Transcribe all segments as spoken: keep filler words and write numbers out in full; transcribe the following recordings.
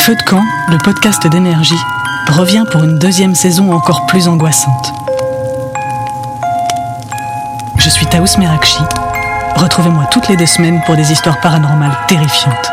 Feu de camp, le podcast d'énergie, revient pour une deuxième saison encore plus angoissante. Je suis Taous Merakchi. Retrouvez-moi toutes les deux semaines pour des histoires paranormales terrifiantes.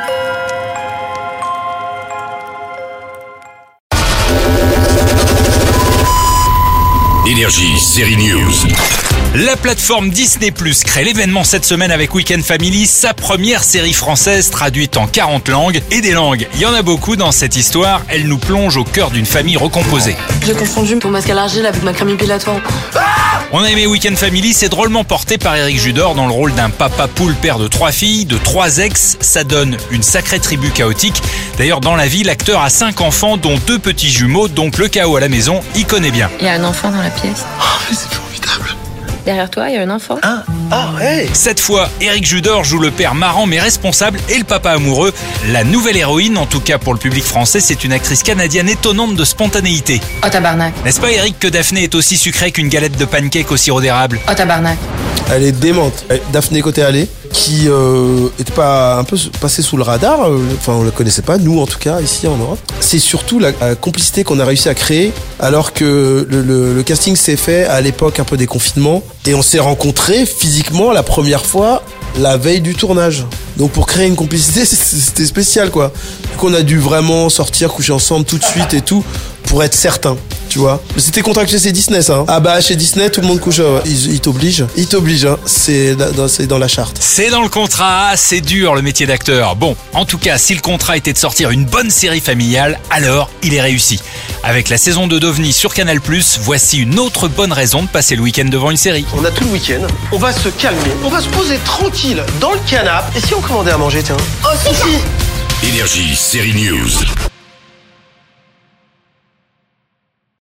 Énergie, série News. La plateforme Disney plus, crée l'événement cette semaine avec Week-end Family, sa première série française traduite en quarante langues. Et des langues, il y en a beaucoup dans cette histoire. Elle nous plonge au cœur d'une famille recomposée. J'ai confondu ton masque à l'argile avec ma crème épilatoire. On a aimé Week-end Family, c'est drôlement porté par Éric Judor dans le rôle d'un papa poule, père de trois filles, de trois ex. Ça donne une sacrée tribu chaotique. D'ailleurs, dans la vie, l'acteur a cinq enfants, dont deux petits jumeaux, donc le chaos à la maison, il connaît bien. Il y a un enfant dans la pièce. Oh, mais c'est formidable. Derrière toi, il y a un enfant. Ah, ah, hey. Cette fois, Éric Judor joue le père marrant mais responsable et le papa amoureux. La nouvelle héroïne, en tout cas pour le public français, c'est une actrice canadienne étonnante de spontanéité. Oh tabarnak. N'est-ce pas, Éric, que Daphné est aussi sucrée qu'une galette de pancake au sirop d'érable? Oh tabarnak. Elle est démente. Daphné Côté-Allée, qui euh, était pas un peu passée sous le radar, euh, enfin on la connaissait pas, nous en tout cas, ici en Europe. C'est surtout la, la complicité qu'on a réussi à créer, alors que le, le, le casting s'est fait à l'époque un peu des confinements, et on s'est rencontrés physiquement la première fois la veille du tournage. Donc pour créer une complicité, c'était spécial quoi. Donc on a dû vraiment sortir, coucher ensemble tout de suite et tout, pour être certain. Tu vois, c'était contractué, c'est Disney ça. Hein. Ah bah chez Disney tout le monde couche, euh, ils, ils t'obligent, ils t'obligent. Hein. C'est, dans, c'est dans la charte. C'est dans le contrat, c'est dur le métier d'acteur. Bon, en tout cas, si le contrat était de sortir une bonne série familiale, alors il est réussi. Avec la saison deux d'OVNI sur Canal plus, voici une autre bonne raison de passer le week-end devant une série. On a tout le week-end, on va se calmer, on va se poser tranquille dans le canapé. Et si on commandait à manger, tiens? Oh si si. Énergie, série News.